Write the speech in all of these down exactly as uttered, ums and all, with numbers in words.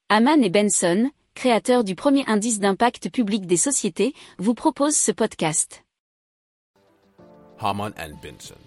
Hamann et Benson, créateurs du premier indice d'impact public des sociétés, vous proposent ce podcast. Hamann and Benson.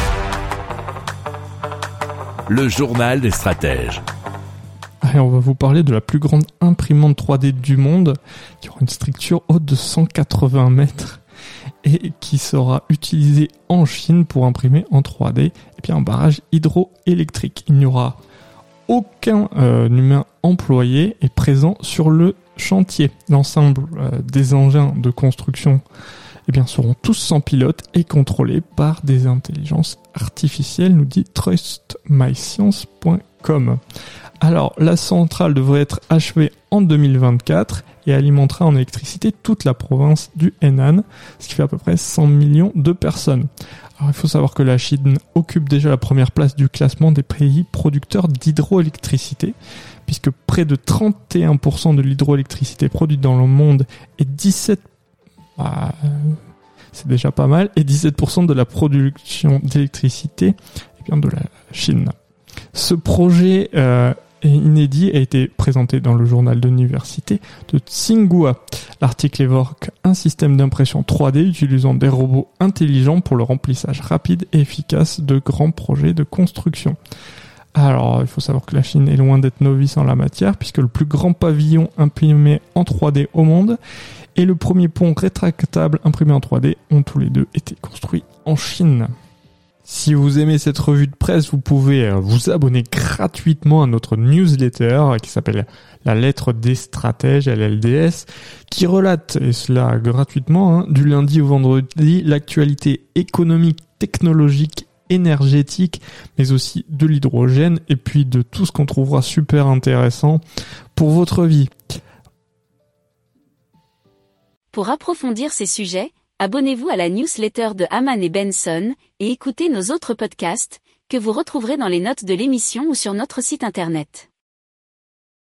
Le journal des stratèges. Allez, on va vous parler de la plus grande imprimante trois D du monde, qui aura une structure haute de cent quatre-vingts mètres et qui sera utilisée en Chine pour imprimer en trois D et bien un barrage hydroélectrique. Il n'y aura aucun euh, humain employé et présent sur le chantier. L'ensemble euh, des engins de construction eh bien, seront tous sans pilote et contrôlés par des intelligences artificielles, nous dit trust my science point com. Alors, la centrale devrait être achevée en deux mille vingt-quatre et alimentera en électricité toute la province du Henan, ce qui fait à peu près cent millions de personnes. Alors, il faut savoir que la Chine occupe déjà la première place du classement des pays producteurs d'hydroélectricité, puisque près de trente et un pour cent de l'hydroélectricité produite dans le monde est dix-sept bah, c'est déjà pas mal, et dix-sept pour cent de la production d'électricité eh bien, de la Chine. Ce projet euh, inédit a été présenté dans le journal d'université de Tsinghua. L'article évoque un système d'impression trois D utilisant des robots intelligents pour le remplissage rapide et efficace de grands projets de construction. Alors, il faut savoir que la Chine est loin d'être novice en la matière, puisque le plus grand pavillon imprimé en trois D au monde et le premier pont rétractable imprimé en trois D ont tous les deux été construits en Chine. Si vous aimez cette revue de presse, vous pouvez vous abonner gratuitement à notre newsletter qui s'appelle La Lettre des Stratèges, L L D S, qui relate, et cela gratuitement, hein, du lundi au vendredi, l'actualité économique, technologique, énergétique, mais aussi de l'hydrogène, et puis de tout ce qu'on trouvera super intéressant pour votre vie. Pour approfondir ces sujets, abonnez-vous à la newsletter de Hamann et Benson et écoutez nos autres podcasts que vous retrouverez dans les notes de l'émission ou sur notre site internet.